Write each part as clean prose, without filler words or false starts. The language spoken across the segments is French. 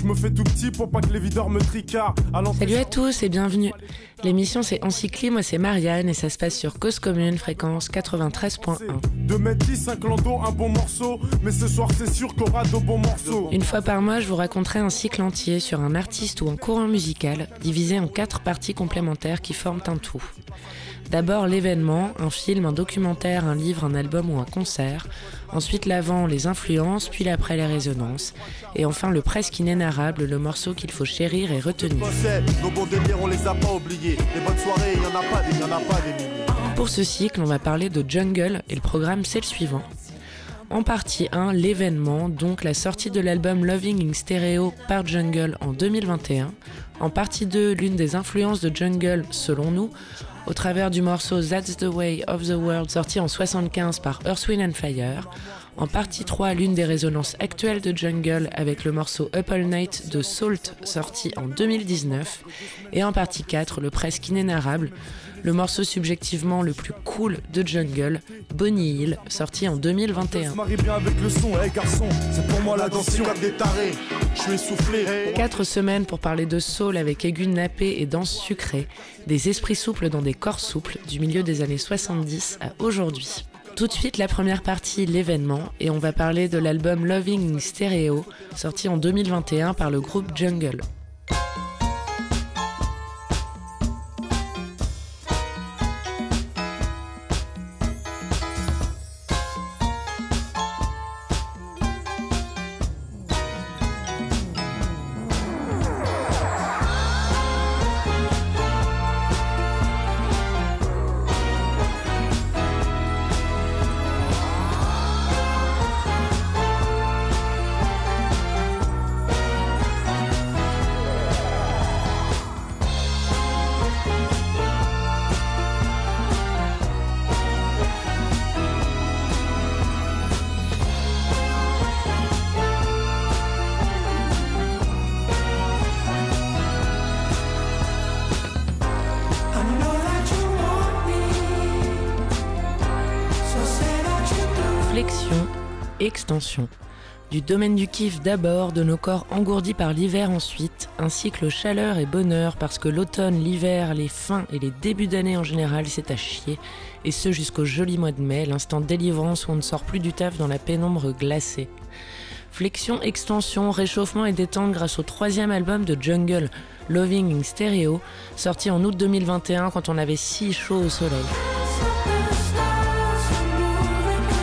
Je me fais tout petit pour pas que les videurs me tricardent. Salut à tous et bienvenue. L'émission c'est Encycli, moi c'est Marianne et ça se passe sur Cause Commune, fréquence 93.1. 2m10, un clando, un bon morceau. Mais ce soir c'est sûr qu'on aura de bons morceaux. Une fois par mois, je vous raconterai un cycle entier sur un artiste ou un courant musical, divisé en 4 parties complémentaires qui forment un tout. D'abord l'événement, un film, un documentaire, un livre, un album ou un concert. Ensuite l'avant, les influences, puis l'après, les résonances. Et enfin le presque inénarrable, le morceau qu'il faut chérir et retenir. Nos bons délires, on les a pas oubliés. Les bonnes soirées, il y en a pas des milliers. Pour ce cycle, on va parler de Jungle et le programme c'est le suivant. En partie 1, l'événement, donc la sortie de l'album Loving in Stereo par Jungle en 2021. En partie 2, l'une des influences de Jungle, selon nous, au travers du morceau That's the Way of the World sorti en 75 par Earth, Wind and Fire. En partie 3, l'une des résonances actuelles de Jungle avec le morceau Up All Night de Salt sorti en 2019. Et en partie 4, le presque inénarrable, le morceau subjectivement le plus cool de Jungle, Bonny Hill, sorti en 2021. 4 semaines pour parler de soul avec aigu nappé et danse sucrée, des esprits souples dans des corps souples, du milieu des années 70 à aujourd'hui. Tout de suite, la première partie, l'événement, et on va parler de l'album Loving in Stereo, sorti en 2021 par le groupe Jungle. Flexion, extension. Du domaine du kiff d'abord, de nos corps engourdis par l'hiver ensuite, un cycle chaleur et bonheur parce que l'automne, l'hiver, les fins et les débuts d'année en général c'est à chier, et ce jusqu'au joli mois de mai, l'instant de délivrance où on ne sort plus du taf dans la pénombre glacée. Flexion, extension, réchauffement et détente grâce au 3e album de Jungle, Loving in Stereo, sorti en août 2021 quand on avait si chaud au soleil. Pourquoi ?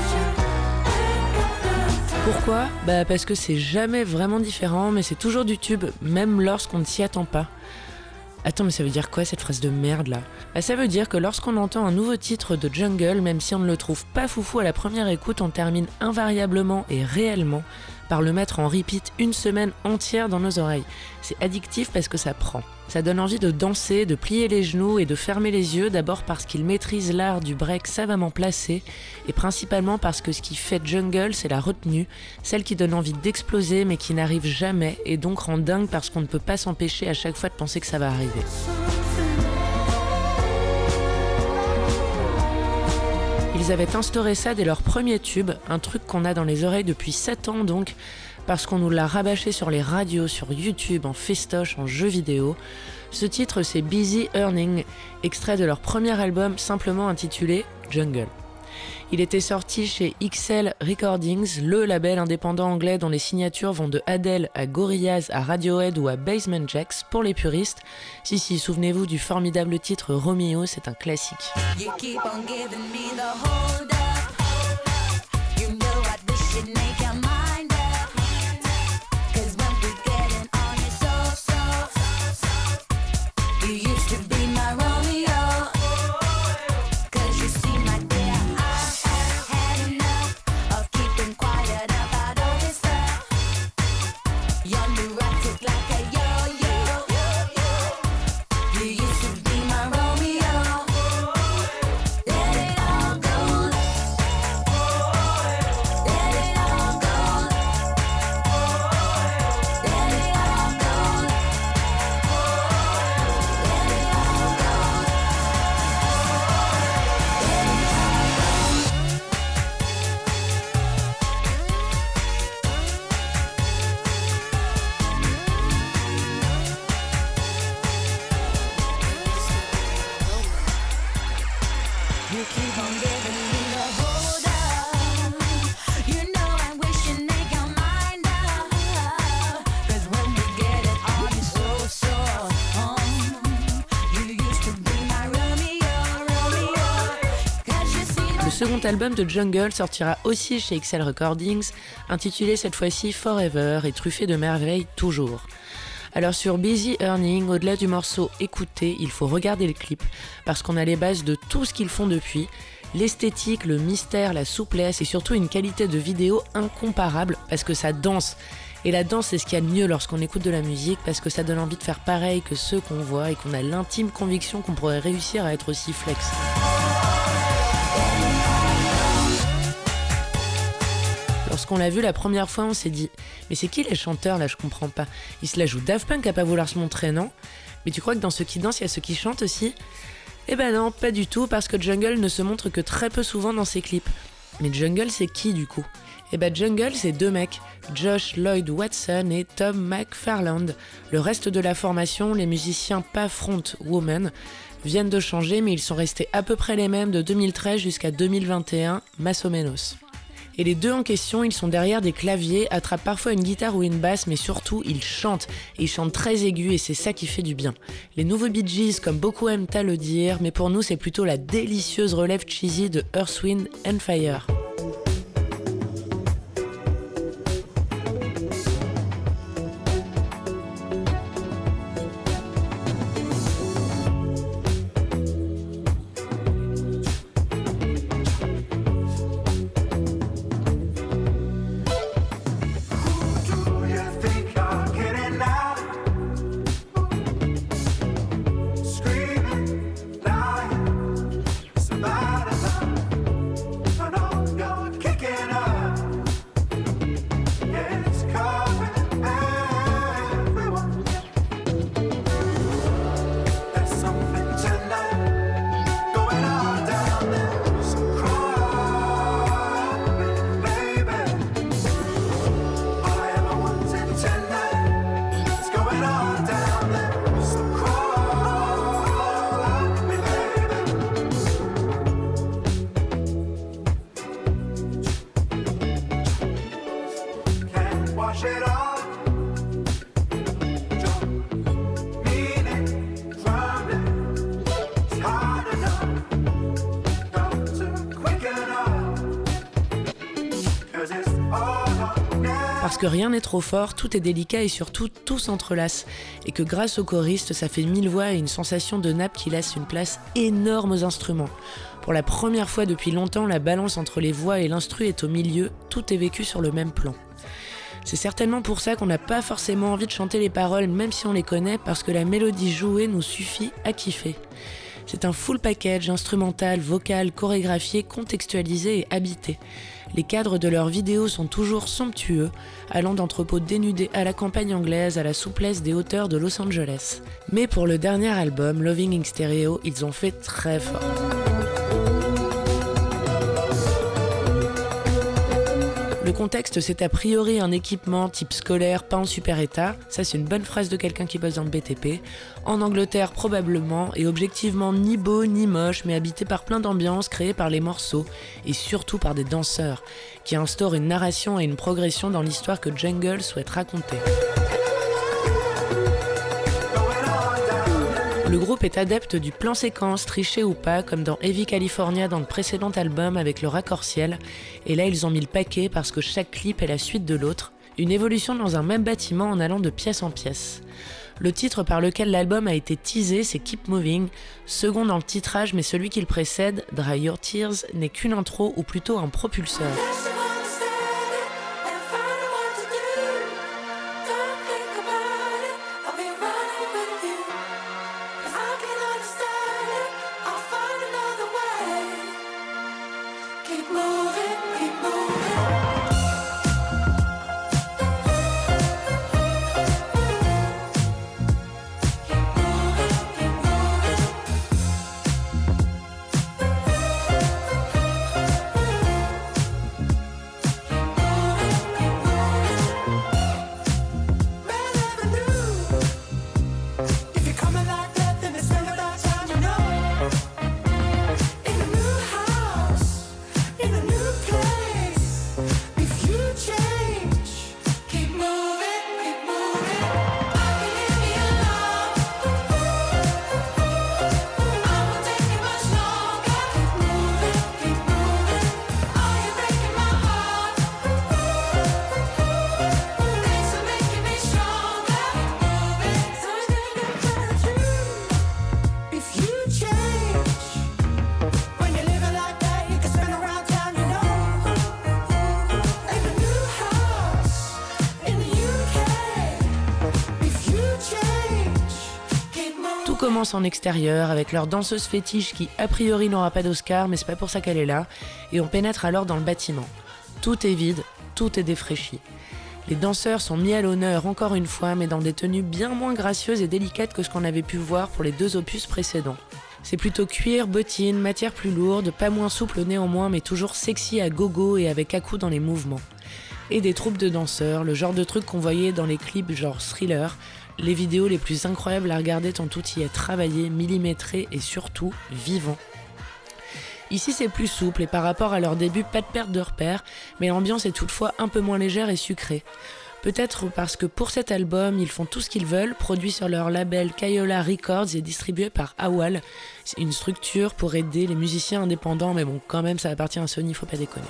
Parce que c'est jamais vraiment différent, mais c'est toujours du tube, même lorsqu'on ne s'y attend pas. Attends, mais ça veut dire quoi cette phrase de merde là ? Ça veut dire que lorsqu'on entend un nouveau titre de Jungle, même si on ne le trouve pas foufou à la première écoute, on termine invariablement et réellement par le mettre en repeat une semaine entière dans nos oreilles. C'est addictif parce que ça prend. Ça donne envie de danser, de plier les genoux et de fermer les yeux, d'abord parce qu'il maîtrise l'art du break savamment placé, et principalement parce que ce qui fait Jungle, c'est la retenue, celle qui donne envie d'exploser mais qui n'arrive jamais, et donc rend dingue parce qu'on ne peut pas s'empêcher à chaque fois de penser que ça va arriver. Ils avaient instauré ça dès leur premier tube, un truc qu'on a dans les oreilles depuis 7 ans donc, parce qu'on nous l'a rabâché sur les radios, sur YouTube, en festoche, en jeux vidéo. Ce titre c'est Busy Earning, extrait de leur premier album simplement intitulé Jungle. Il était sorti chez XL Recordings, le label indépendant anglais dont les signatures vont de Adele à Gorillaz à Radiohead ou à Basement Jaxx pour les puristes. Si, souvenez-vous du formidable titre Romeo, c'est un classique. second album de Jungle sortira aussi chez XL Recordings, intitulé cette fois-ci Forever et truffé de merveilles toujours. Alors sur Busy Earning, au-delà du morceau écouté, il faut regarder le clip, parce qu'on a les bases de tout ce qu'ils font depuis, l'esthétique, le mystère, la souplesse et surtout une qualité de vidéo incomparable, parce que ça danse. Et la danse, c'est ce qu'il y a de mieux lorsqu'on écoute de la musique, parce que ça donne envie de faire pareil que ceux qu'on voit et qu'on a l'intime conviction qu'on pourrait réussir à être aussi flex. Lorsqu'on l'a vu la première fois, on s'est dit « Mais c'est qui les chanteurs là, je comprends pas. Ils se la jouent Daft Punk à pas vouloir se montrer, non ? Mais tu crois que dans ceux qui dansent, il y a ceux qui chantent aussi ?» Eh ben non, pas du tout, parce que Jungle ne se montre que très peu souvent dans ses clips. Mais Jungle, c'est qui du coup ? Eh ben Jungle, c'est deux mecs, Josh Lloyd Watson et Tom McFarland. Le reste de la formation, les musiciens pas frontwoman, viennent de changer, mais ils sont restés à peu près les mêmes de 2013 jusqu'à 2021, más o menos. Et les deux en question, ils sont derrière des claviers, attrapent parfois une guitare ou une basse, mais surtout, ils chantent. Et ils chantent très aigus et c'est ça qui fait du bien. Les nouveaux Bee Gees, comme beaucoup aiment à le dire, mais pour nous, c'est plutôt la délicieuse relève cheesy de Earth, Wind & Fire. Parce que rien n'est trop fort, tout est délicat et surtout tout s'entrelace. Et que grâce aux choristes, ça fait 1000 voix et une sensation de nappe qui laisse une place énorme aux instruments. Pour la première fois depuis longtemps, la balance entre les voix et l'instru est au milieu, tout est vécu sur le même plan. C'est certainement pour ça qu'on n'a pas forcément envie de chanter les paroles, même si on les connaît, parce que la mélodie jouée nous suffit à kiffer. C'est un full package instrumental, vocal, chorégraphié, contextualisé et habité. Les cadres de leurs vidéos sont toujours somptueux, allant d'entrepôts dénudés à la campagne anglaise à la souplesse des hauteurs de Los Angeles. Mais pour le dernier album, Loving in Stereo, ils ont fait très fort. Le contexte, c'est a priori un équipement type scolaire, pas en super état. Ça, c'est une bonne phrase de quelqu'un qui bosse dans le BTP. En Angleterre, probablement, et objectivement ni beau ni moche, mais habité par plein d'ambiances créées par les morceaux, et surtout par des danseurs, qui instaurent une narration et une progression dans l'histoire que Jungle souhaite raconter. Le groupe est adepte du plan séquence, triché ou pas, comme dans Heavy California dans le précédent album avec le raccord-ciel. Et là, ils ont mis le paquet parce que chaque clip est la suite de l'autre. Une évolution dans un même bâtiment en allant de pièce en pièce. Le titre par lequel l'album a été teasé, c'est Keep Moving. Second dans le titrage, mais celui qui le précède, Dry Your Tears, n'est qu'une intro ou plutôt un propulseur. commence en extérieur avec leur danseuse fétiche qui a priori n'aura pas d'Oscar, mais c'est pas pour ça qu'elle est là, et on pénètre alors dans le bâtiment. Tout est vide, tout est défraîchi. Les danseurs sont mis à l'honneur encore une fois, mais dans des tenues bien moins gracieuses et délicates que ce qu'on avait pu voir pour les 2 opus précédents. C'est plutôt cuir, bottines, matière plus lourde, pas moins souple néanmoins, mais toujours sexy à gogo et avec à-coups dans les mouvements. Et des troupes de danseurs, le genre de truc qu'on voyait dans les clips genre Thriller, les vidéos les plus incroyables à regarder tant tout y est travaillé, millimétré et surtout vivant. Ici c'est plus souple et par rapport à leur début pas de perte de repères, mais l'ambiance est toutefois un peu moins légère et sucrée. Peut-être parce que pour cet album, ils font tout ce qu'ils veulent, produit sur leur label Kayola Records et distribué par Awal. C'est une structure pour aider les musiciens indépendants, mais bon, quand même ça appartient à Sony, faut pas déconner.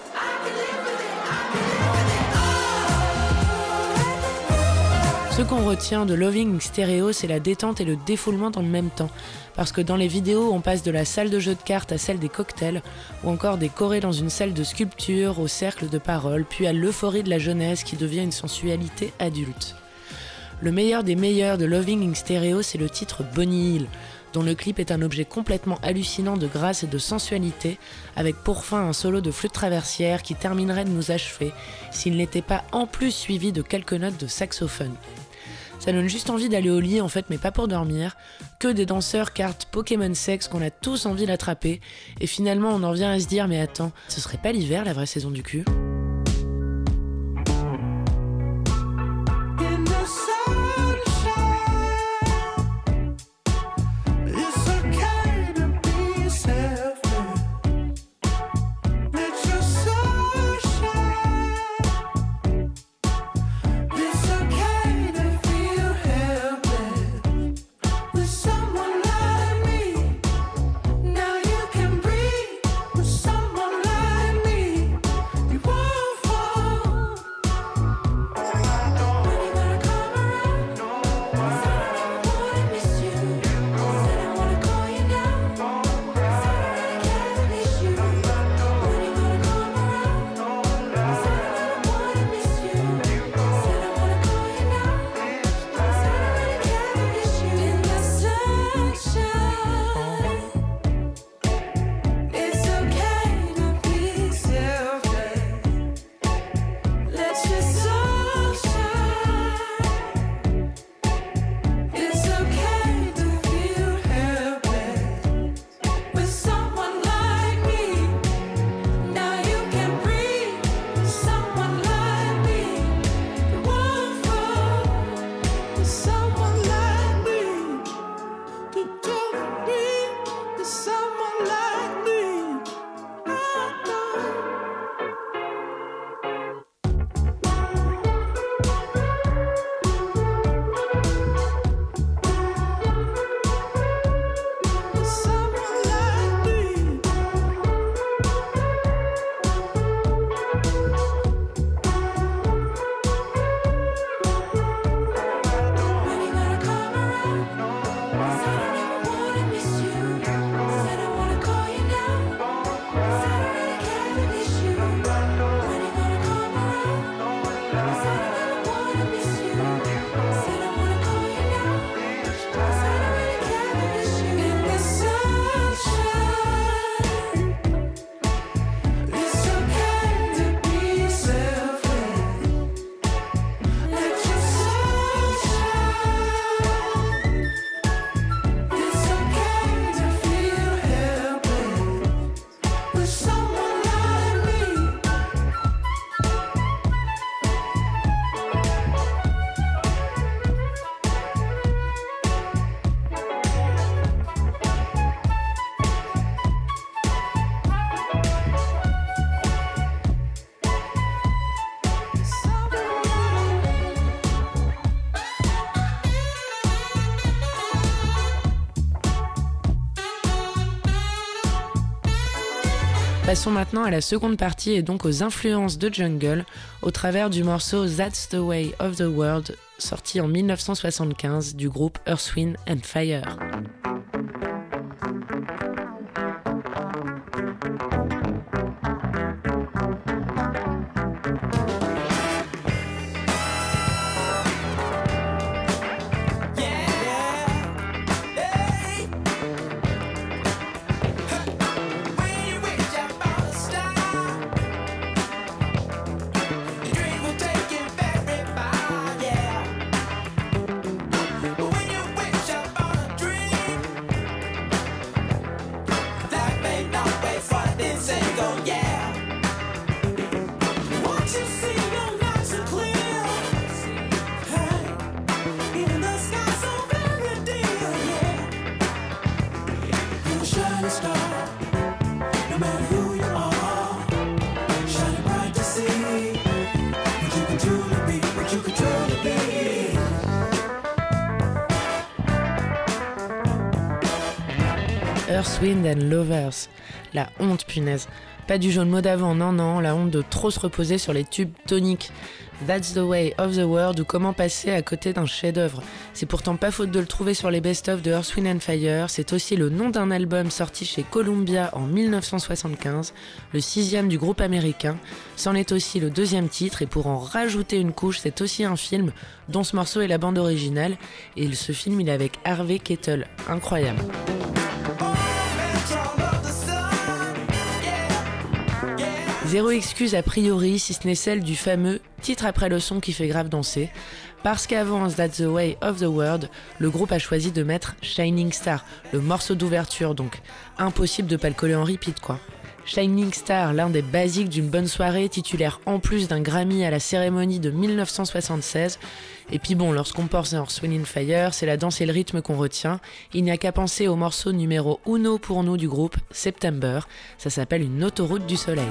Ce qu'on retient de Loving Stereo, c'est la détente et le défoulement dans le même temps. Parce que dans les vidéos, on passe de la salle de jeu de cartes à celle des cocktails, ou encore des chorés dans une salle de sculpture, au cercle de parole, puis à l'euphorie de la jeunesse qui devient une sensualité adulte. Le meilleur des meilleurs de Loving Stereo, c'est le titre Bonny Hill, dont le clip est un objet complètement hallucinant de grâce et de sensualité, avec pour fin un solo de flûte traversière qui terminerait de nous achever, s'il n'était pas en plus suivi de quelques notes de saxophone. Ça donne juste envie d'aller au lit en fait, mais pas pour dormir, que des danseurs cartes Pokémon sexe qu'on a tous envie d'attraper, et finalement on en vient à se dire mais attends, ce serait pas l'hiver la vraie saison du cul ? Passons maintenant à la seconde partie et donc aux influences de Jungle au travers du morceau That's the Way of the World, sorti en 1975 du groupe Earth, Wind and Fire. Earth, Wind and Lovers. La honte, punaise. Pas du jeu de mots d'avant, non, la honte de trop se reposer sur les tubes toniques. That's the Way of the World ou comment passer à côté d'un chef-d'œuvre. C'est pourtant pas faute de le trouver sur les best-of de Earth, Wind and Fire. C'est aussi le nom d'un album sorti chez Columbia en 1975, le 6e du groupe américain. C'en est aussi le 2e titre et pour en rajouter une couche, c'est aussi un film dont ce morceau est la bande originale. Et ce film, il est avec Harvey Keitel. Incroyable. Zéro excuse a priori, si ce n'est celle du fameux titre après le son qui fait grave danser. Parce qu'avant That's the Way of the World, le groupe a choisi de mettre Shining Star, le morceau d'ouverture donc. Impossible de pas le coller en repeat quoi. Shining Star, l'un des basiques d'une bonne soirée, titulaire en plus d'un Grammy à la cérémonie de 1976. Et puis bon, lorsqu'on pense à Earth, Wind and Fire, c'est la danse et le rythme qu'on retient. Il n'y a qu'à penser au morceau numéro 1 pour nous du groupe, September. Ça s'appelle une autoroute du soleil.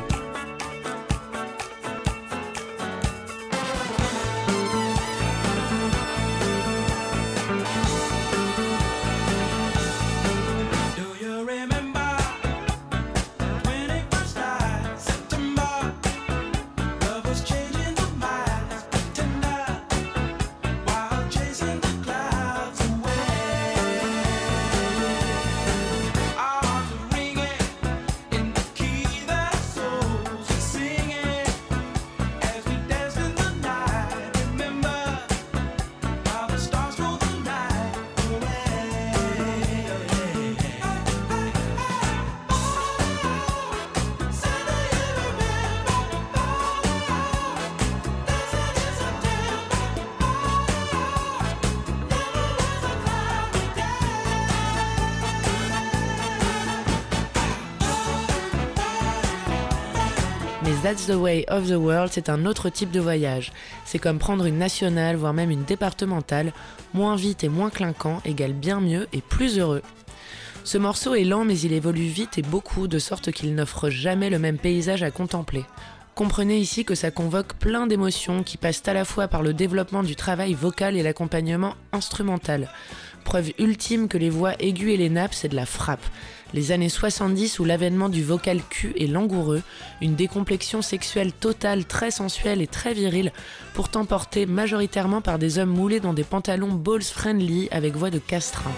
Mais That's the Way of the World, c'est un autre type de voyage. C'est comme prendre une nationale, voire même une départementale. Moins vite et moins clinquant égale bien mieux et plus heureux. Ce morceau est lent mais il évolue vite et beaucoup, de sorte qu'il n'offre jamais le même paysage à contempler. Comprenez ici que ça convoque plein d'émotions qui passent à la fois par le développement du travail vocal et l'accompagnement instrumental. Preuve ultime que les voix aiguës et les nappes, c'est de la frappe. Les années 70 où l'avènement du vocal cul est langoureux, une décomplexion sexuelle totale, très sensuelle et très virile, pourtant portée majoritairement par des hommes moulés dans des pantalons balls friendly avec voix de castrin.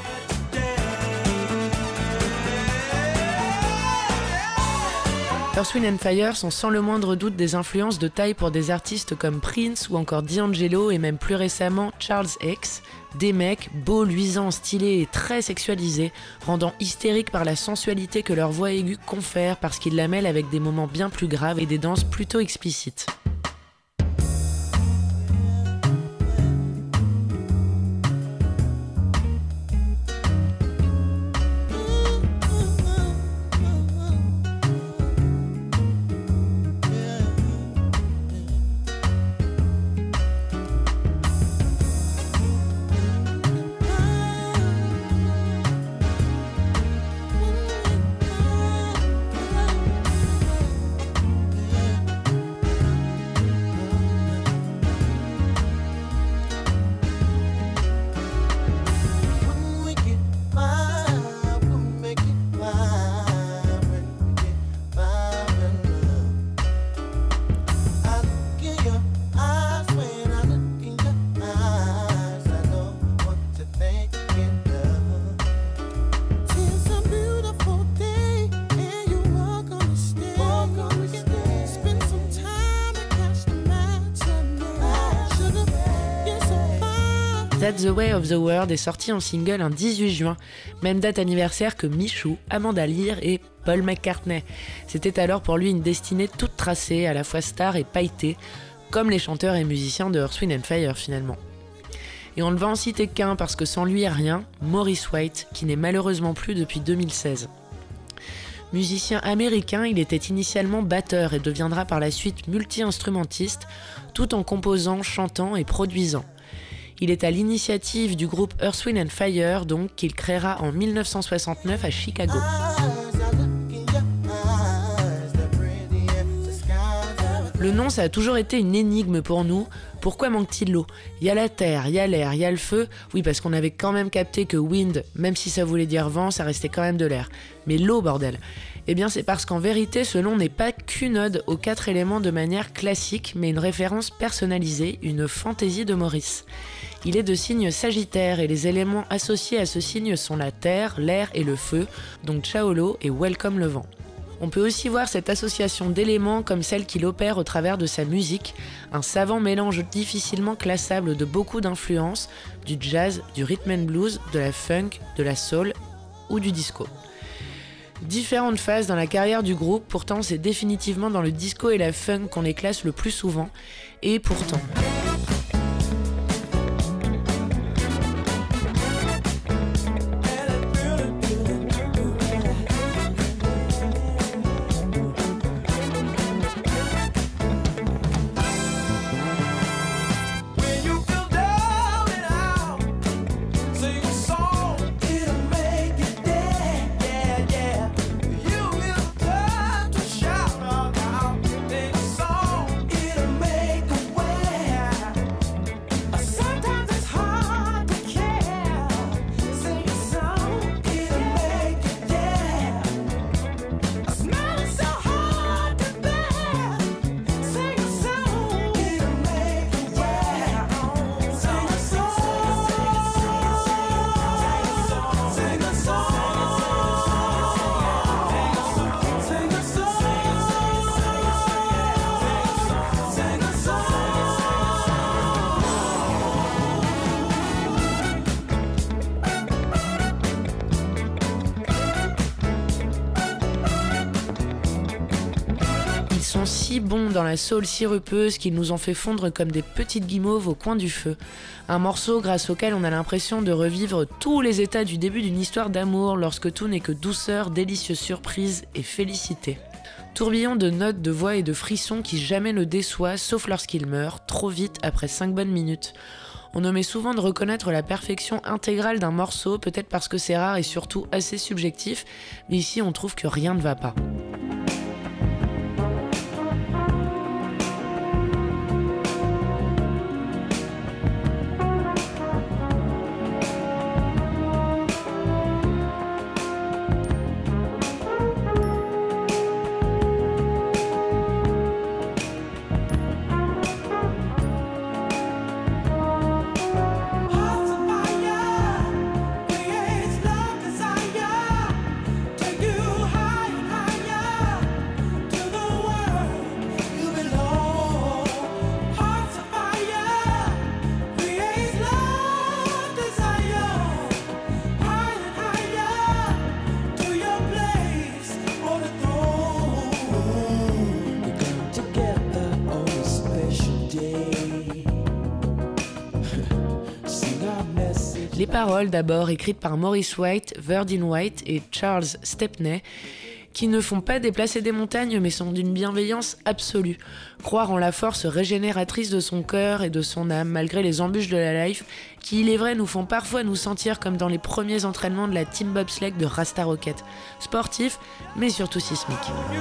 Earth, Wind and Fire sont sans le moindre doute des influences de taille pour des artistes comme Prince ou encore D'Angelo et même plus récemment Charles X, des mecs beaux, luisants, stylés et très sexualisés, rendant hystériques par la sensualité que leur voix aiguë confère parce qu'ils la mêlent avec des moments bien plus graves et des danses plutôt explicites. That's the Way of the World est sorti en single un 18 juin, même date anniversaire que Michou, Amanda Lear et Paul McCartney. C'était alors pour lui une destinée toute tracée, à la fois star et pailletée, comme les chanteurs et musiciens de Earth, Wind and Fire finalement. Et on ne va en citer qu'un parce que sans lui rien, Maurice White, qui n'est malheureusement plus depuis 2016. Musicien américain, il était initialement batteur et deviendra par la suite multi-instrumentiste, tout en composant, chantant et produisant. Il est à l'initiative du groupe Earth, Wind and Fire, donc, qu'il créera en 1969 à Chicago. Le nom, ça a toujours été une énigme pour nous. Pourquoi manque-t-il de l'eau ? Il y a la terre, il y a l'air, il y a le feu. Oui, parce qu'on avait quand même capté que wind, même si ça voulait dire vent, ça restait quand même de l'air. Mais l'eau, bordel. Eh bien, c'est parce qu'en vérité, ce nom n'est pas qu'une ode aux 4 éléments de manière classique, mais une référence personnalisée, une fantaisie de Maurice. Il est de signe Sagittaire et les éléments associés à ce signe sont la terre, l'air et le feu, donc ciao l'eau et welcome le vent. On peut aussi voir cette association d'éléments comme celle qu'il opère au travers de sa musique, un savant mélange difficilement classable de beaucoup d'influences, du jazz, du rhythm and blues, de la funk, de la soul ou du disco. Différentes phases dans la carrière du groupe, pourtant c'est définitivement dans le disco et la funk qu'on les classe le plus souvent, et pourtant... Ils sont si bons dans la soul sirupeuse qu'ils nous ont fait fondre comme des petites guimauves au coin du feu. Un morceau grâce auquel on a l'impression de revivre tous les états du début d'une histoire d'amour lorsque tout n'est que douceur, délicieuse surprise et félicité. Tourbillon de notes, de voix et de frissons qui jamais ne déçoit sauf lorsqu'il meurt, trop vite après 5 bonnes minutes. On omet souvent de reconnaître la perfection intégrale d'un morceau, peut-être parce que c'est rare et surtout assez subjectif, mais ici on trouve que rien ne va pas. Les paroles d'abord écrites par Maurice White, Verdine White et Charles Stepney, qui ne font pas déplacer des montagnes mais sont d'une bienveillance absolue. Croire en la force régénératrice de son cœur et de son âme malgré les embûches de la life, qui il est vrai nous font parfois nous sentir comme dans les premiers entraînements de la team bobsleigh de Rasta Rocket. Sportif mais surtout sismique.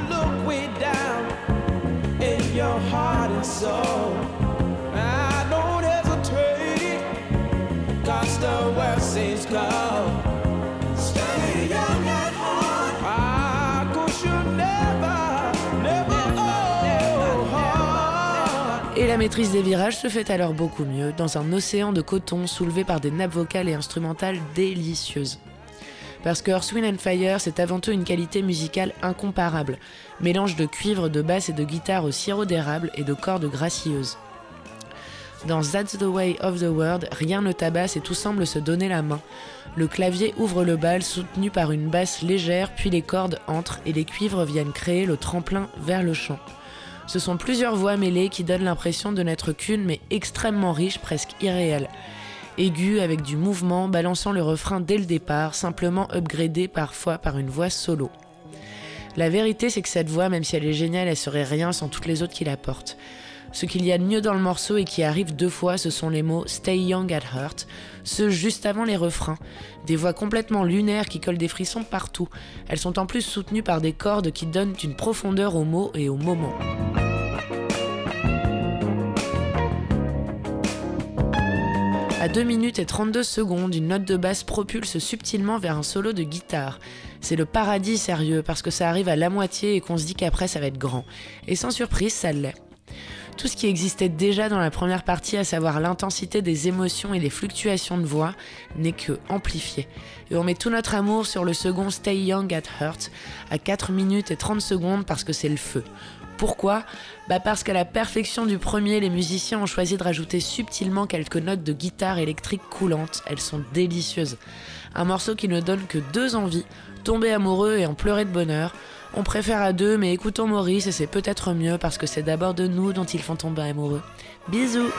Et la maîtrise des virages se fait alors beaucoup mieux, dans un océan de coton soulevé par des nappes vocales et instrumentales délicieuses. Parce que Earth, Wind & Fire, c'est avant tout une qualité musicale incomparable, mélange de cuivre, de basse et de guitare au sirop d'érable et de cordes gracieuses. Dans That's the Way of the World, rien ne tabasse et tout semble se donner la main. Le clavier ouvre le bal soutenu par une basse légère, puis les cordes entrent et les cuivres viennent créer le tremplin vers le chant. Ce sont plusieurs voix mêlées qui donnent l'impression de n'être qu'une mais extrêmement riche, presque irréelle. Aiguë avec du mouvement, balançant le refrain dès le départ, simplement upgradée parfois par une voix solo. La vérité c'est que cette voix, même si elle est géniale, elle serait rien sans toutes les autres qui la portent. Ce qu'il y a de mieux dans le morceau et qui arrive 2 fois, ce sont les mots « Stay young at heart », ceux juste avant les refrains. Des voix complètement lunaires qui collent des frissons partout. Elles sont en plus soutenues par des cordes qui donnent une profondeur aux mots et aux moments. À 2 minutes et 32 secondes, une note de basse propulse subtilement vers un solo de guitare. C'est le paradis sérieux, parce que ça arrive à la moitié et qu'on se dit qu'après ça va être grand. Et sans surprise, ça l'est. Tout ce qui existait déjà dans la première partie, à savoir l'intensité des émotions et les fluctuations de voix, n'est que amplifié. Et on met tout notre amour sur le second Stay Young at Heart, à 4 minutes et 30 secondes parce que c'est le feu. Pourquoi ? Parce qu'à la perfection du premier, les musiciens ont choisi de rajouter subtilement quelques notes de guitare électrique coulantes. Elles sont délicieuses. Un morceau qui ne donne que 2 envies, tomber amoureux et en pleurer de bonheur. On préfère à 2, mais écoutons Maurice et c'est peut-être mieux parce que c'est d'abord de nous dont ils font tomber amoureux. Bisous!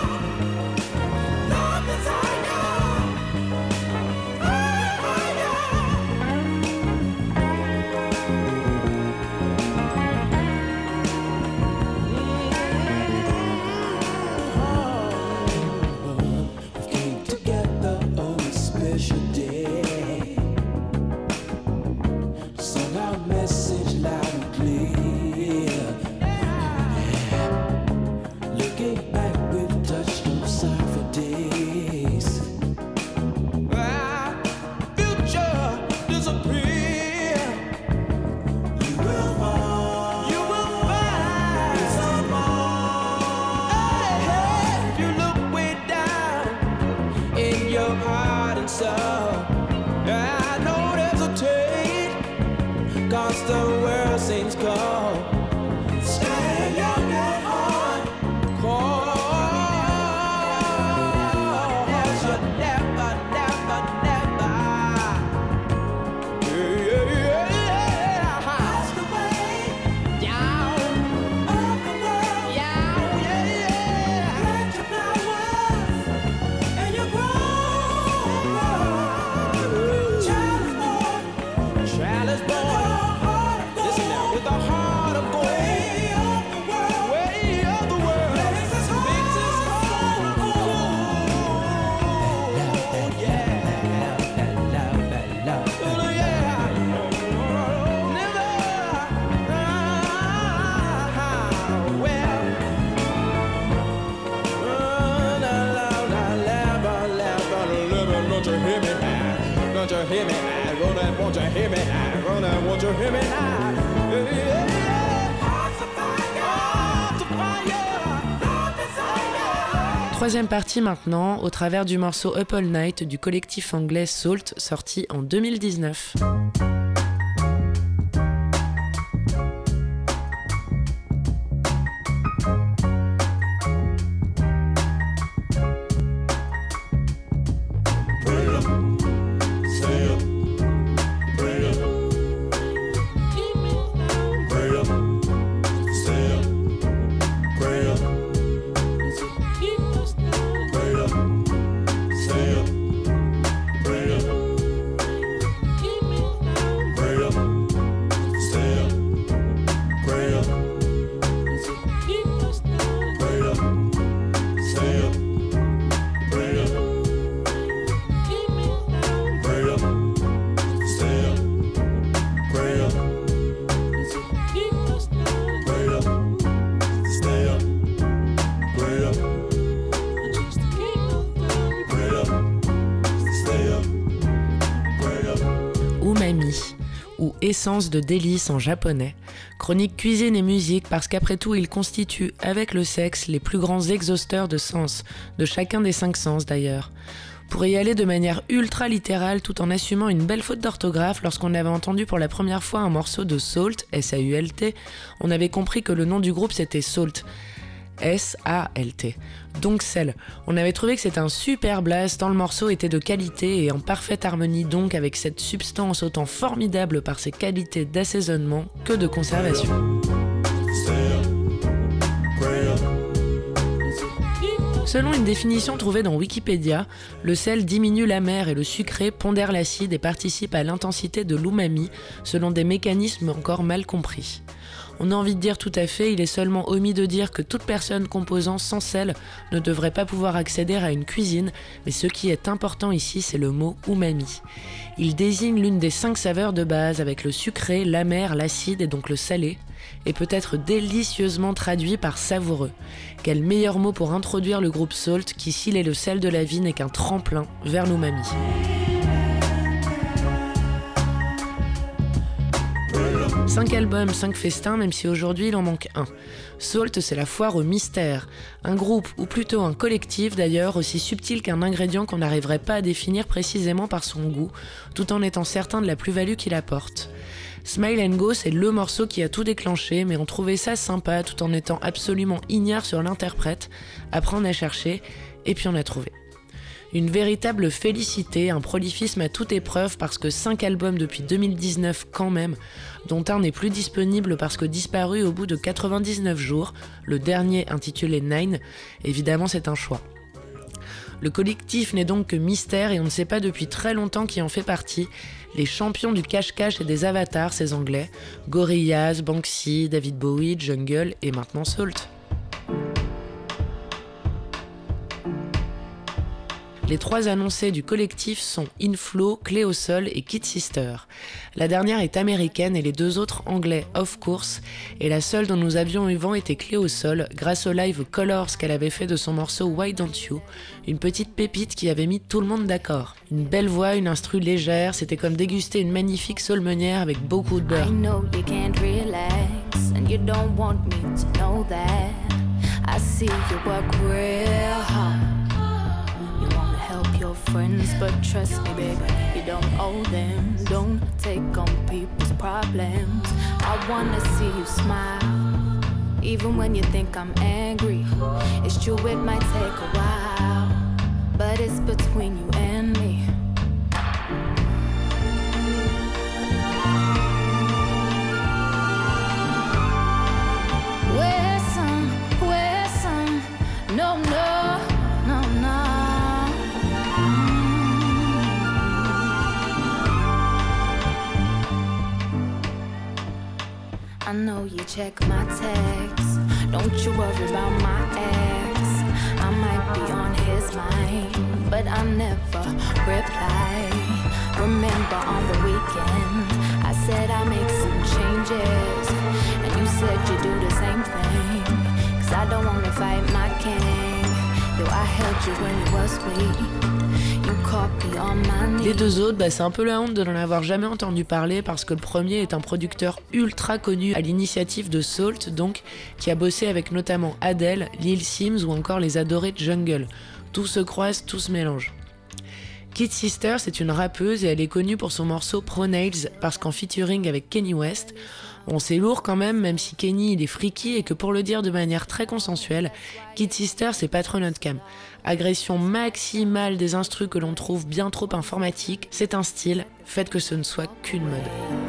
Troisième partie maintenant, au travers du morceau Up All Night du collectif anglais Salt, sorti en 2019. Ou essence de délice en japonais, chronique cuisine et musique parce qu'après tout ils constituent, avec le sexe, les plus grands exhausteurs de sens, de chacun des 5 sens d'ailleurs. Pour y aller de manière ultra littérale tout en assumant une belle faute d'orthographe, lorsqu'on avait entendu pour la première fois un morceau de Salt, S-A-U-L-T, on avait compris que le nom du groupe c'était Salt. S-A-L-T. Donc sel. On avait trouvé que c'était un super blast tant le morceau était de qualité et en parfaite harmonie donc avec cette substance autant formidable par ses qualités d'assaisonnement que de conservation. Selon une définition trouvée dans Wikipédia, le sel diminue l'amer et le sucré pondère l'acide et participe à l'intensité de l'umami selon des mécanismes encore mal compris. On a envie de dire tout à fait, il est seulement omis de dire que toute personne composant sans sel ne devrait pas pouvoir accéder à une cuisine, mais ce qui est important ici, c'est le mot umami. Il désigne l'une des 5 saveurs de base avec le sucré, l'amer, l'acide et donc le salé. et peut être délicieusement traduit par savoureux. Quel meilleur mot pour introduire le groupe Sault qui, s'il est le sel de la vie, n'est qu'un tremplin vers l'umami. 5 albums, 5 festins, même si aujourd'hui il en manque un. Sault, c'est la foire au mystère. Un groupe, ou plutôt un collectif d'ailleurs, aussi subtil qu'un ingrédient qu'on n'arriverait pas à définir précisément par son goût, tout en étant certain de la plus-value qu'il apporte. Smile and Go, c'est le morceau qui a tout déclenché, mais on trouvait ça sympa tout en étant absolument ignare sur l'interprète. Après on a cherché, et puis on a trouvé. Une véritable félicité, un prolifisme à toute épreuve parce que 5 albums depuis 2019 quand même, dont un n'est plus disponible parce que disparu au bout de 99 jours, le dernier intitulé Nine, évidemment c'est un choix. Le collectif n'est donc que mystère et on ne sait pas depuis très longtemps qui en fait partie. Les champions du cache-cache et des avatars, ces Anglais, Gorillaz, Banksy, David Bowie, Jungle et maintenant Sault. Les 3 annoncés du collectif sont Inflow, Clé au sol et Kid Sister. La dernière est américaine et les 2 autres anglais of course, et la seule dont nous avions eu vent était Clé au sol, grâce au live Colors qu'elle avait fait de son morceau Why Don't You, une petite pépite qui avait mis tout le monde d'accord. Une belle voix, une instru légère, c'était comme déguster une magnifique saulmenière avec beaucoup de beurre. Your friends, but trust me, baby, you don't owe them. Don't take on people's problems. I wanna see you smile, even when you think I'm angry. It's true, it might take a while, but it's between you and me. Where's some, no, no, no, no. I know you check my texts. Don't you worry about my ex. I might be on his mind, but I never reply. Remember on the weekend, I said I make some changes, and you said you do the same thing. 'Cause I don't wanna fight my king. Yo, I held you when you was weak. Les 2 autres, c'est un peu la honte de n'en avoir jamais entendu parler parce que le premier est un producteur ultra connu à l'initiative de Sault, donc, qui a bossé avec notamment Adele, Lil Sims ou encore les adorés de Jungle. Tout se croise, tout se mélange. Kid Sister, c'est une rappeuse et elle est connue pour son morceau Pro Nails parce qu'en featuring avec Kanye West, bon, c'est lourd quand même si Kanye il est freaky et que pour le dire de manière très consensuelle, Kid Sister c'est pas trop notre cam. Agression maximale des instrus que l'on trouve bien trop informatiques, c'est un style, faites que ce ne soit qu'une mode.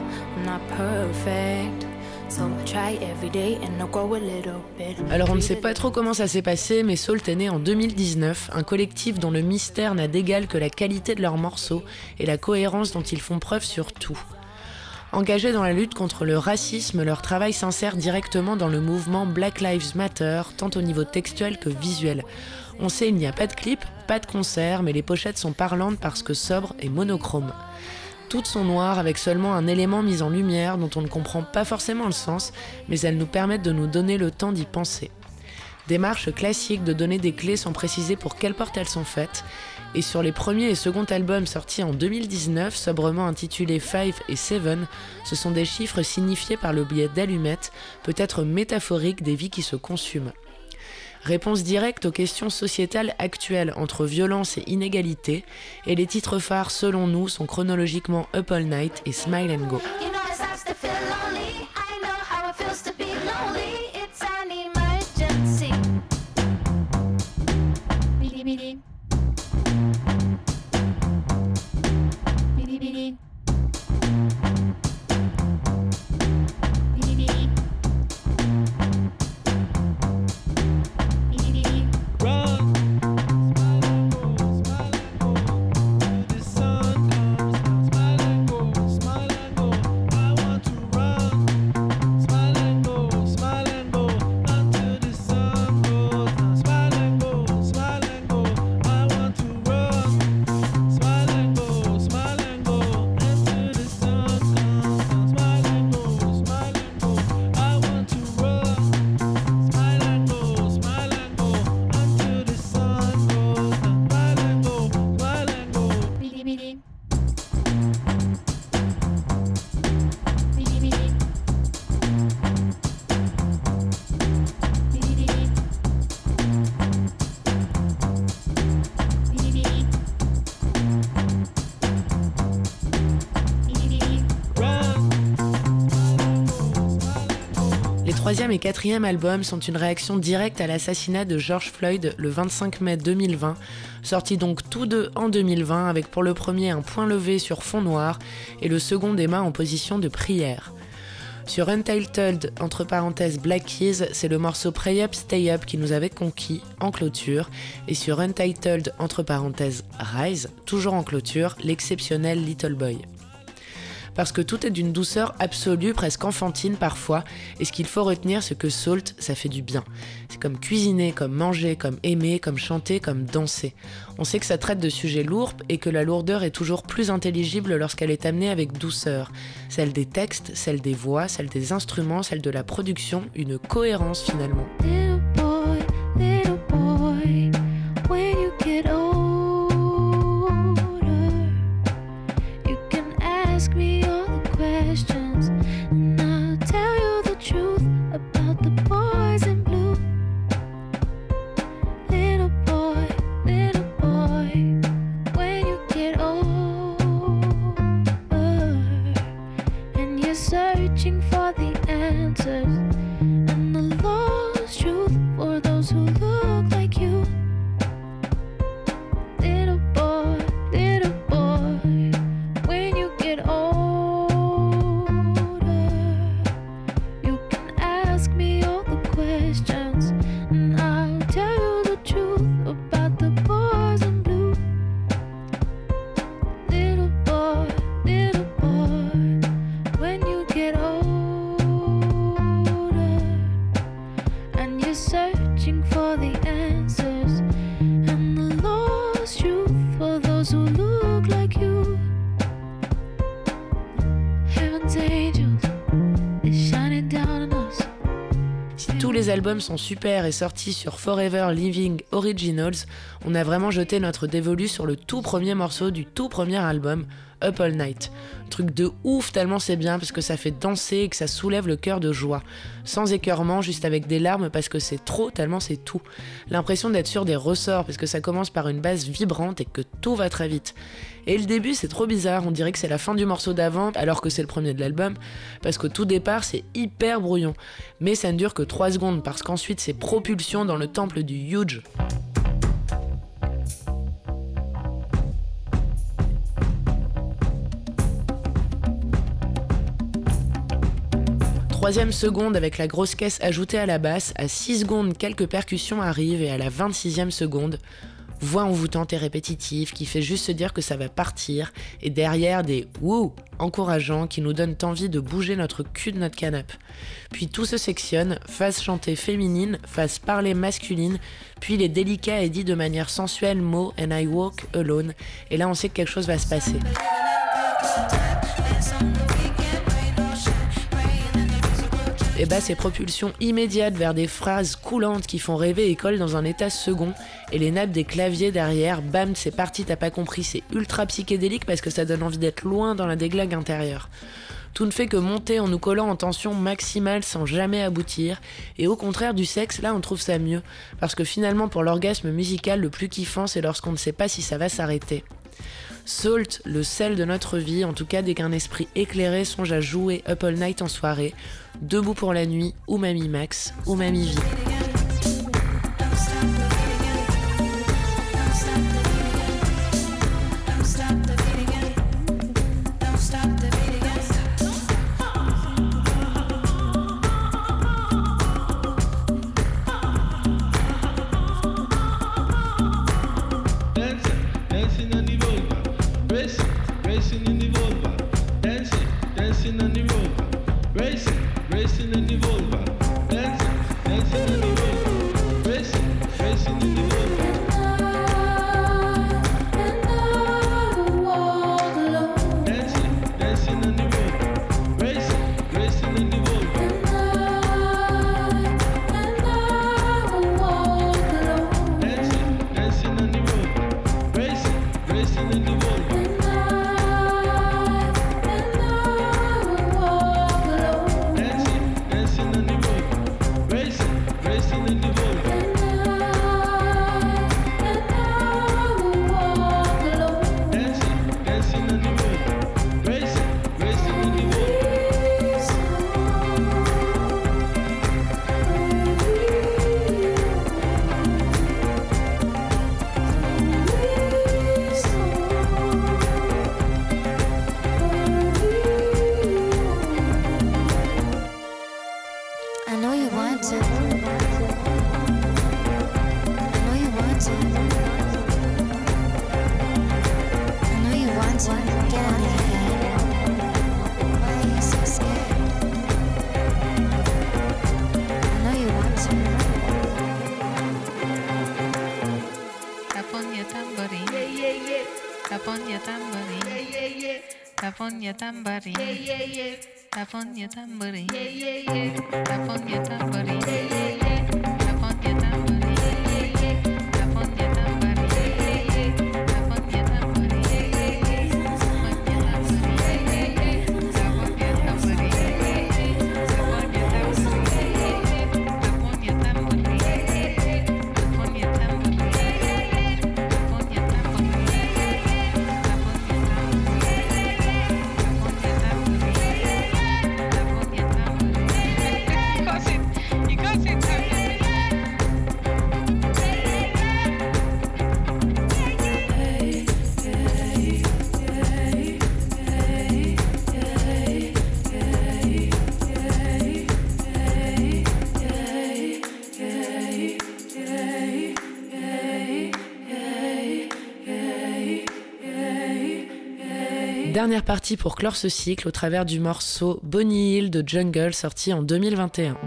Alors on ne sait pas trop comment ça s'est passé, mais Sault est né en 2019, un collectif dont le mystère n'a d'égal que la qualité de leurs morceaux et la cohérence dont ils font preuve sur tout. Engagés dans la lutte contre le racisme, leur travail s'insère directement dans le mouvement Black Lives Matter, tant au niveau textuel que visuel. On sait il n'y a pas de clip, pas de concert, mais les pochettes sont parlantes parce que sobres et monochromes. Toutes sont noires avec seulement un élément mis en lumière dont on ne comprend pas forcément le sens, mais elles nous permettent de nous donner le temps d'y penser. Démarche classique de donner des clés sans préciser pour quelle porte elles sont faites, et sur les premiers et seconds albums sortis en 2019, sobrement intitulés 5 et 7, ce sont des chiffres signifiés par le biais d'allumettes, peut-être métaphoriques des vies qui se consument. Réponse directe aux questions sociétales actuelles entre violence et inégalité, et les titres phares selon nous sont chronologiquement Up All Night et Smile and Go. troisième et quatrième albums sont une réaction directe à l'assassinat de George Floyd le 25 mai 2020, sortis donc tous deux en 2020 avec pour le premier un point levé sur fond noir et le second des mains en position de prière. Sur Untitled, entre parenthèses Black Keys, c'est le morceau Pray Up, Stay Up qui nous avait conquis en clôture, et sur Untitled, entre parenthèses Rise, toujours en clôture, l'exceptionnel Little Boy. Parce que tout est d'une douceur absolue, presque enfantine parfois, et ce qu'il faut retenir, c'est que Salt, ça fait du bien. C'est comme cuisiner, comme manger, comme aimer, comme chanter, comme danser. On sait que ça traite de sujets lourds et que la lourdeur est toujours plus intelligible lorsqu'elle est amenée avec douceur. Celle des textes, celle des voix, celle des instruments, celle de la production, une cohérence finalement. Little boy, when you get older, you can ask me all the questions, and I'll tell you the truth about the boys in blue. Little boy, when you get older, and you're searching for the answers and the lost truth for those who look like you. Little boy, when you get older, you can ask me all the questions, and I'll tell you the truth about the boys in blue. Little boy, when you get older, and you're searching for the answers and the lost truth for those who look like you. Heaven's angels, they're shining down on us. Si tous les albums sont super et sortis sur Forever Living Originals, on a vraiment jeté notre dévolu sur le tout premier morceau du tout premier album, Up All Night. Truc de ouf tellement c'est bien parce que ça fait danser et que ça soulève le cœur de joie. Sans écœurement, juste avec des larmes parce que c'est trop tellement c'est tout. L'impression d'être sur des ressorts parce que ça commence par une basse vibrante et que tout va très vite. Et le début c'est trop bizarre, on dirait que c'est la fin du morceau d'avant alors que c'est le premier de l'album parce qu'au tout départ c'est hyper brouillon. Mais ça ne dure que 3 secondes parce qu'ensuite c'est propulsion dans le temple du huge. Troisième seconde avec la grosse caisse ajoutée à la basse, à 6 secondes quelques percussions arrivent et à la 26e seconde, voix envoûtante et répétitive qui fait juste se dire que ça va partir et derrière des « wouh » encourageants qui nous donnent envie de bouger notre cul de notre canapé. Puis tout se sectionne, phase chantée féminine, phase parlée masculine, puis les délicats et dits de manière sensuelle mots « and I walk alone » et là on sait que quelque chose va se passer. Et bah ces propulsions immédiates vers des phrases coulantes qui font rêver et collent dans un état second, et les nappes des claviers derrière, bam, c'est parti, t'as pas compris, c'est ultra psychédélique parce que ça donne envie d'être loin dans la déglague intérieure. Tout ne fait que monter en nous collant en tension maximale sans jamais aboutir, et au contraire du sexe, là on trouve ça mieux, parce que finalement pour l'orgasme musical, le plus kiffant c'est lorsqu'on ne sait pas si ça va s'arrêter. Salt, le sel de notre vie, en tout cas dès qu'un esprit éclairé songe à jouer Up All Night en soirée, Debout pour la nuit, ou Mamie Max, ou Mamie V. Tap on your tambourine. Tap on your tambourine. Tap on your tambourine. Tap on your tambourine. Tap on your tambourine. Tap on your tambourine. Tap on your tambourine. Tap on your tambourine. Tap on your tambourine. Tap on your tambourine. Tap on your tambourine. Tap on your tambourine. Dernière partie pour clore ce cycle au travers du morceau Bonny Hill de Jungle sorti en 2021.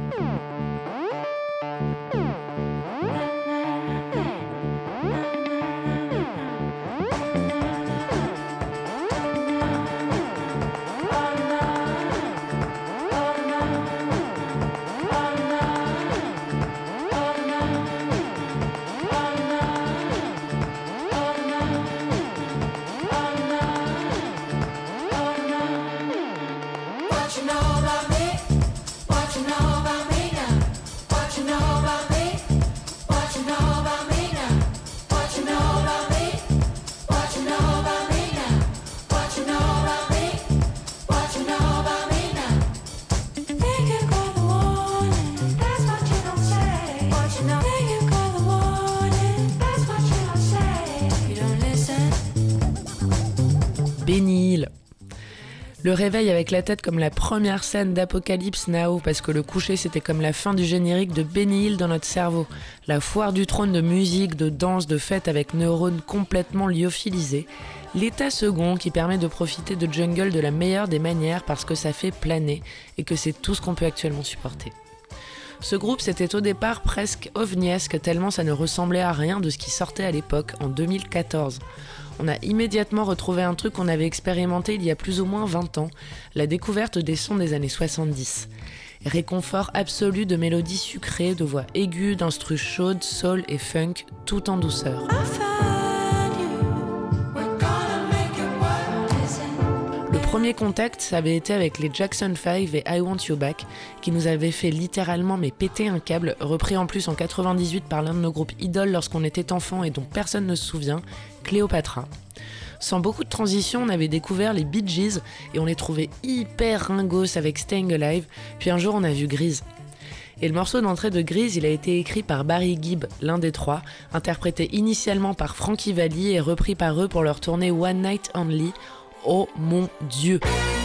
Benny Hill. Le réveil avec la tête comme la première scène d'Apocalypse Now, parce que le coucher c'était comme la fin du générique de Benny Hill dans notre cerveau. La foire du trône de musique, de danse, de fête avec neurones complètement lyophilisés. L'état second qui permet de profiter de Jungle de la meilleure des manières parce que ça fait planer et que c'est tout ce qu'on peut actuellement supporter. Ce groupe c'était au départ presque ovniesque tellement ça ne ressemblait à rien de ce qui sortait à l'époque, en 2014. On a immédiatement retrouvé un truc qu'on avait expérimenté il y a plus ou moins 20 ans, la découverte des sons des années 70. Réconfort absolu de mélodies sucrées, de voix aiguës, d'instrus chaudes, soul et funk, tout en douceur. Le premier contact, ça avait été avec les Jackson 5 et I Want You Back, qui nous avaient fait littéralement péter un câble, repris en plus en 98 par l'un de nos groupes idoles lorsqu'on était enfant et dont personne ne se souvient, Cléopatra. Sans beaucoup de transition, on avait découvert les Bee Gees et on les trouvait hyper ringos avec Staying Alive, puis un jour on a vu Grease. Et le morceau d'entrée de Grease, il a été écrit par Barry Gibb, l'un des trois, interprété initialement par Frankie Valli et repris par eux pour leur tournée One Night Only. Oh mon Dieu!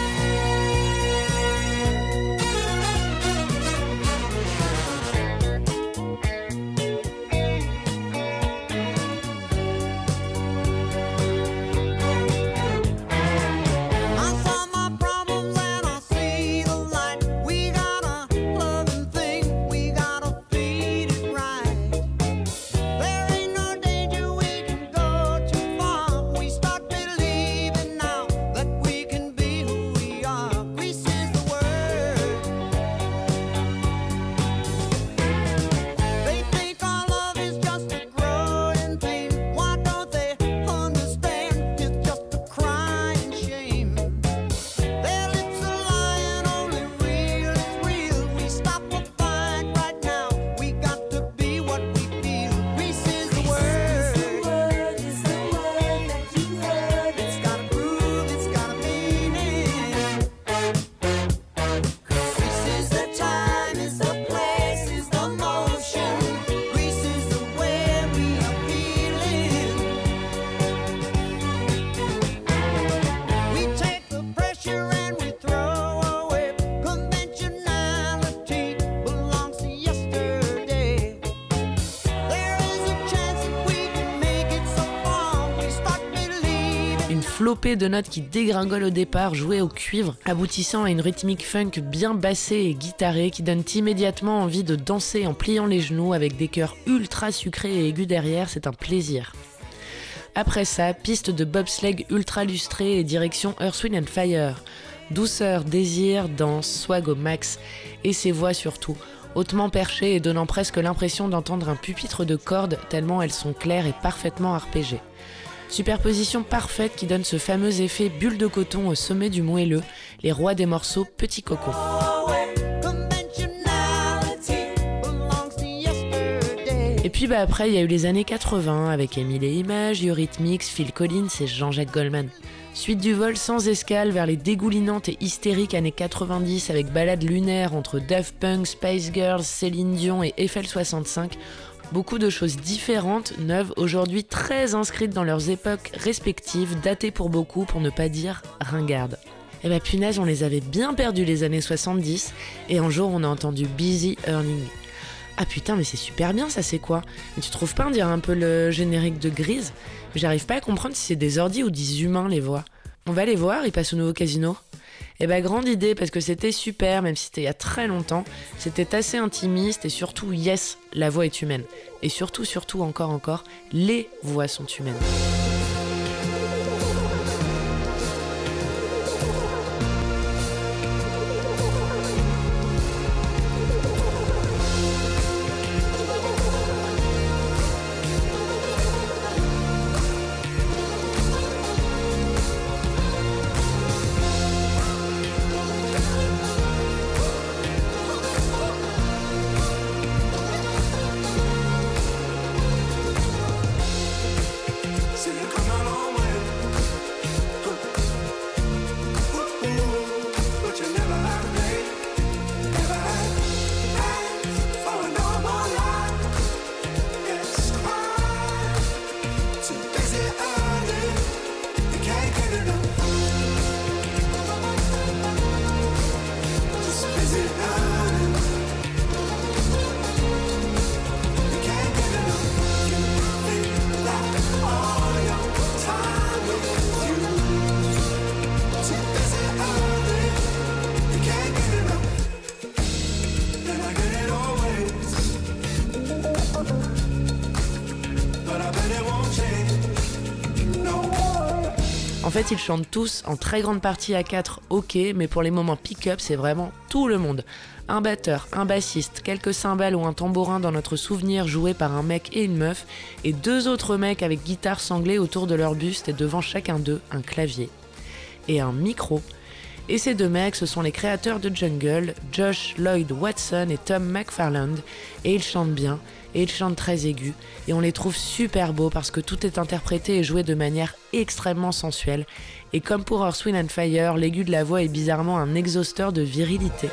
Flopée de notes qui dégringolent au départ, jouées au cuivre, aboutissant à une rythmique funk bien bassée et guittarée qui donne immédiatement envie de danser en pliant les genoux avec des chœurs ultra sucrés et aigus derrière, c'est un plaisir. Après ça, piste de bobsleigh ultra lustré et direction Earth, Wind and Fire. Douceur, désir, danse, swag au max. Et ses voix surtout, hautement perchées et donnant presque l'impression d'entendre un pupitre de cordes tellement elles sont claires et parfaitement arpégées. Superposition parfaite qui donne ce fameux effet bulle de coton au sommet du moelleux, les rois des morceaux petits cocons. Et puis après, il y a eu les années 80 avec Émile et Images, Eurythmics, Phil Collins et Jean-Jacques Goldman. Suite du vol sans escale vers les dégoulinantes et hystériques années 90 avec balades lunaires entre Daft Punk, Spice Girls, Céline Dion et Eiffel 65. Beaucoup de choses différentes, neuves, aujourd'hui très inscrites dans leurs époques respectives, datées pour beaucoup, pour ne pas dire ringardes. Et bah punaise, on les avait bien perdus les années 70, et un jour on a entendu Busy Earning. Ah putain, mais c'est super bien, ça c'est quoi? Mais tu trouves pas, on dirait un peu le générique de Grise? Mais j'arrive pas à comprendre si c'est des ordis ou des humains les voix. On va les voir, ils passent au nouveau casino. Eh bah grande idée, parce que c'était super, même si c'était il y a très longtemps. C'était assez intimiste et surtout, yes, la voix est humaine. Et surtout, encore, les voix sont humaines. En fait, ils chantent tous en très grande partie à 4, ok, mais pour les moments pick-up, c'est vraiment tout le monde. Un batteur, un bassiste, quelques cymbales ou un tambourin dans notre souvenir joué par un mec et une meuf, et 2 autres mecs avec guitare sanglée autour de leur buste et devant chacun d'eux un clavier. Et un micro. Et ces 2 mecs, ce sont les créateurs de Jungle, Josh Lloyd Watson et Tom McFarland, et ils chantent bien, et ils chantent très aigus, et on les trouve super beaux parce que tout est interprété et joué de manière extrêmement sensuelle, et comme pour Earth, Wind and Fire, l'aigu de la voix est bizarrement un exhausteur de virilité.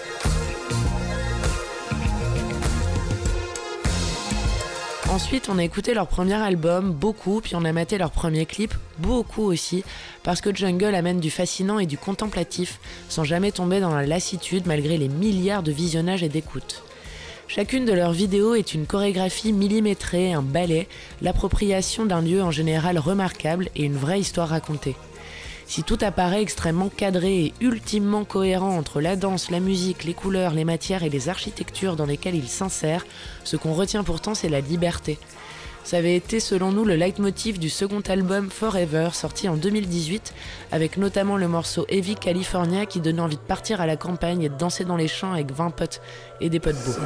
Ensuite, on a écouté leur premier album, beaucoup, puis on a maté leur premier clip, beaucoup aussi, parce que Jungle amène du fascinant et du contemplatif, sans jamais tomber dans la lassitude malgré les milliards de visionnages et d'écoutes. Chacune de leurs vidéos est une chorégraphie millimétrée, un ballet, l'appropriation d'un lieu en général remarquable et une vraie histoire racontée. Si tout apparaît extrêmement cadré et ultimement cohérent entre la danse, la musique, les couleurs, les matières et les architectures dans lesquelles il s'insère, ce qu'on retient pourtant c'est la liberté. Ça avait été selon nous le leitmotiv du second album Forever, sorti en 2018, avec notamment le morceau Heavy California qui donnait envie de partir à la campagne et de danser dans les champs avec 20 potes et des potes beaux.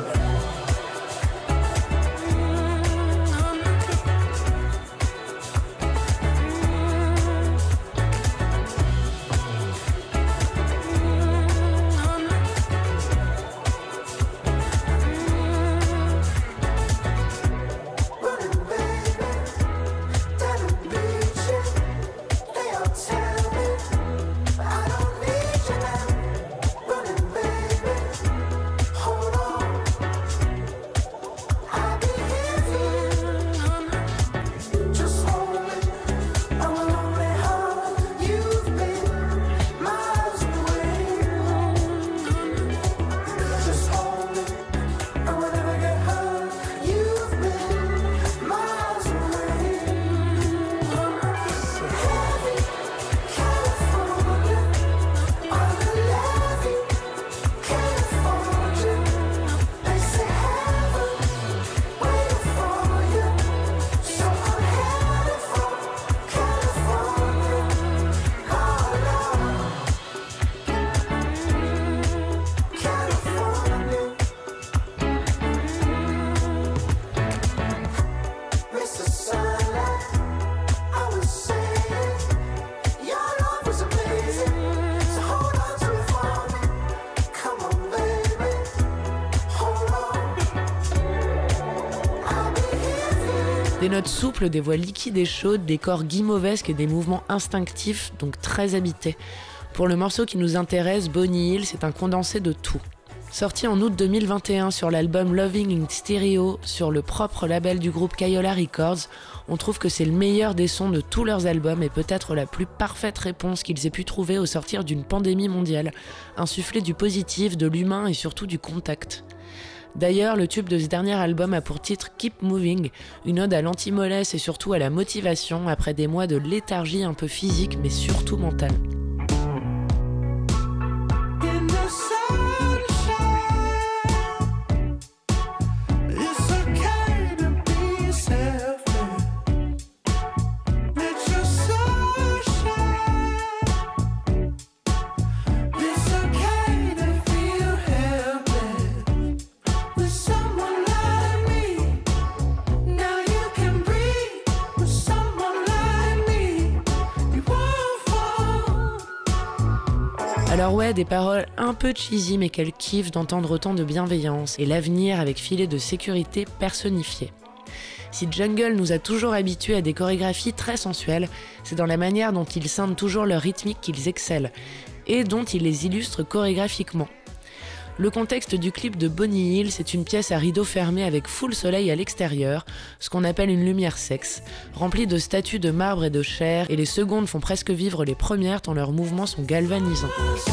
Des notes souples, des voix liquides et chaudes, des corps guimauvesques et des mouvements instinctifs, donc très habités. Pour le morceau qui nous intéresse, Bonny Hill, c'est un condensé de tout. Sorti en août 2021 sur l'album Loving in Stereo, sur le propre label du groupe Kayola Records, on trouve que c'est le meilleur des sons de tous leurs albums et peut-être la plus parfaite réponse qu'ils aient pu trouver au sortir d'une pandémie mondiale, insuffler du positif, de l'humain et surtout du contact. D'ailleurs, le tube de ce dernier album a pour titre Keep Moving, une ode à l'anti-mollesse et surtout à la motivation après des mois de léthargie un peu physique mais surtout mentale. Alors ouais, des paroles un peu cheesy mais qu'elle kiffe d'entendre autant de bienveillance et l'avenir avec filet de sécurité personnifié. Si Jungle nous a toujours habitués à des chorégraphies très sensuelles, c'est dans la manière dont ils scindent toujours leur rythmique qu'ils excellent et dont ils les illustrent chorégraphiquement. Le contexte du clip de Bonny Hill, c'est une pièce à rideau fermé avec full soleil à l'extérieur, ce qu'on appelle une lumière sexe, remplie de statues de marbre et de chair, et les secondes font presque vivre les premières tant leurs mouvements sont galvanisants.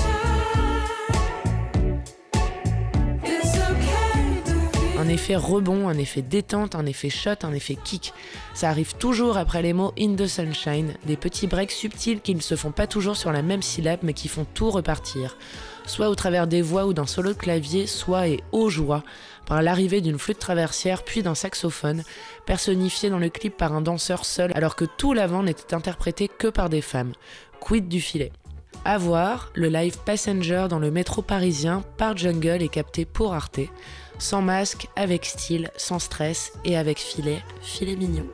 Un effet rebond, un effet détente, un effet shot, un effet kick. Ça arrive toujours après les mots In the Sunshine, des petits breaks subtils qui ne se font pas toujours sur la même syllabe mais qui font tout repartir. Soit au travers des voix ou d'un solo de clavier, soit et aux joies, par l'arrivée d'une flûte traversière puis d'un saxophone, personnifié dans le clip par un danseur seul alors que tout l'avant n'était interprété que par des femmes. Quid du filet. À voir, le live Passenger dans le métro parisien par Jungle est capté pour Arte, sans masque, avec style, sans stress et avec filet mignon.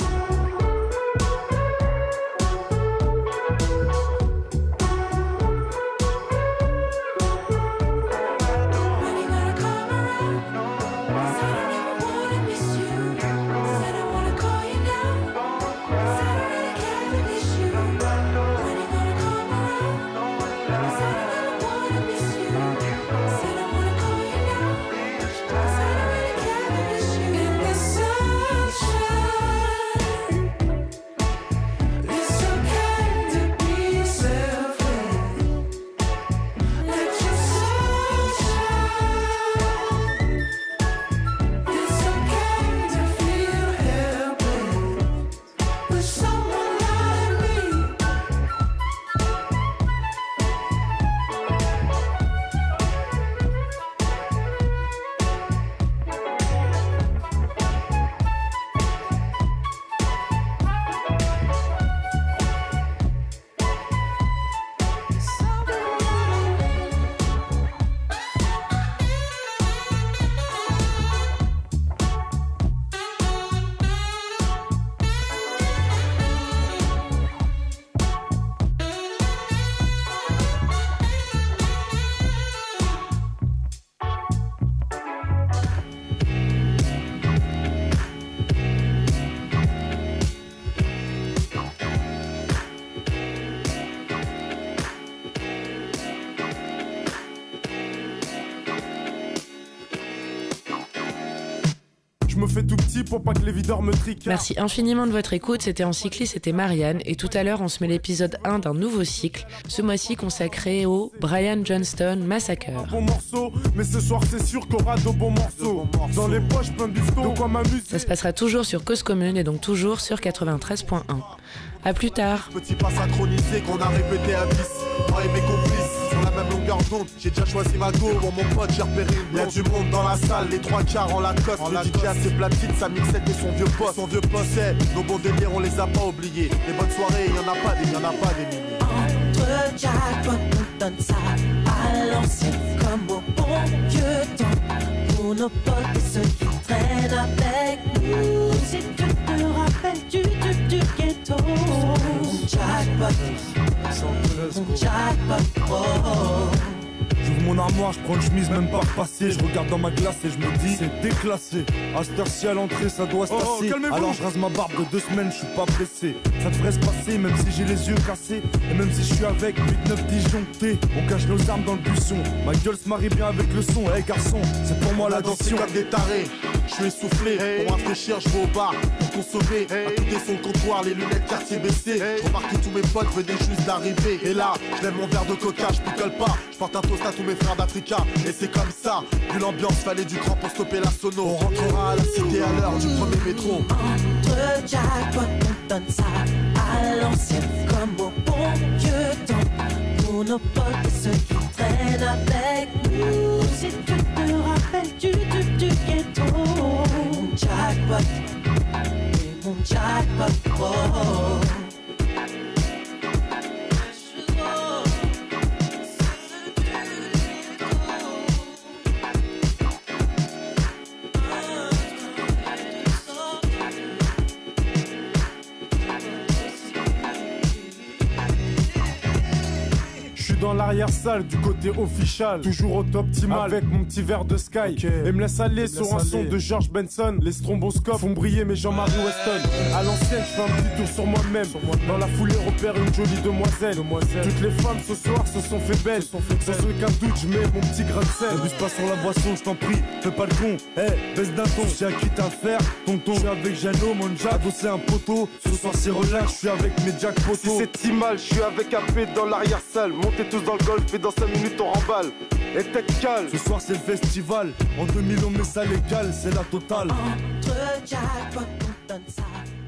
me fais tout petit pour pas que les videurs me triquent. Merci infiniment de votre écoute, c'était Encycli, c'était Marianne, et tout à l'heure on se met l'épisode 1 d'un nouveau cycle, ce mois-ci consacré au Brian Johnston Massacre. Un bon morceau, mais ce soir c'est sûr qu'on aura de bons morceaux. Dans les poches plein de bifton, de quoi m'amuser. Ça se passera toujours sur Cause Commune et donc toujours sur 93.1. A plus tard. Petit pas synchronisé qu'on a répété à 10. Moi et mes complices sur la même longueur d'onde. J'ai déjà choisi ma go, bon mon pote j'ai repéré une blonde. Y'a du monde dans la salle, les trois quarts en Lacoste. Le DJ a ses platines, sa mixette et son vieux poste. C'est nos bons délires, on les a pas oubliés. Les bonnes soirées, y'en a pas des milliers. Entre jackpot, on donne ça à l'ancienne comme au bon vieux temps. Pour nos potes et ceux qui traînent avec nous. Si tu te rappelles du ghetto. Jackpot, jackpot, oh. J'ouvre mon armoire, je prends une chemise même pas repassée. Je regarde dans ma glace et je me dis c'est déclassé. À cette heure-ci à l'entrée ça doit se tasser. Alors je rase ma barbe de 2 semaines, je suis pas pressé. Ça devrait se passer même si j'ai les yeux cassés. Et même si je suis avec 8-9 disjonctés. On cache nos armes dans le buisson. Ma gueule se marie bien avec le son. Hey garçon, c'est pour moi l'addition. Comme des tarés, je suis essoufflé. Pour rafraîchir, je vais au bar pour consommer. À côté son comptoir, les lunettes quartier baissées. Je remarque que tous mes potes venaient juste d'arriver. Et là, je lève mon verre de coca, je picole pas. Je porte un toast à tous mes frères d'Africa. Et c'est comme ça, vu l'ambiance, fallait du cran pour stopper la sono. On rentrera à la cité à l'heure du premier métro. Entre jackpot, on donne ça à l'ancienne comme au bon vieux temps. Pour nos potes et ceux qui traînent avec nous. Si tu te rappelles du ghetto. Mon jackpot, et mon jackpot, oh. Dans l'arrière-salle du côté official, toujours au top optimal avec mon petit verre de Sky. Et me laisse aller sur un son de George Benson. Les stromboscopes font briller mes Jean-Marie Weston. À l'ancienne, je fais un petit tour sur moi-même. Dans la foulée, repère une jolie demoiselle. Toutes les femmes ce soir se sont fait belles. Sans aucun doute, je mets mon petit grain de sel. N'abuse pas sur la boisson, je t'en prie, fais pas le con. Baisse d'un ton, j'ai acquis à faire. Tonton, je suis avec Jeannot, mon jack, adossé un poteau. Ce soir c'est relax, je suis avec mes jack poteaux. Si c'est si mal, je suis avec AP dans l'arrière-salle. Montez tous dans le golf et dans 5 minutes on remballe. Et tech calme. Ce soir c'est le festival. En 2000 on met ça légal, c'est la totale. Entre jackpot, on donne ça.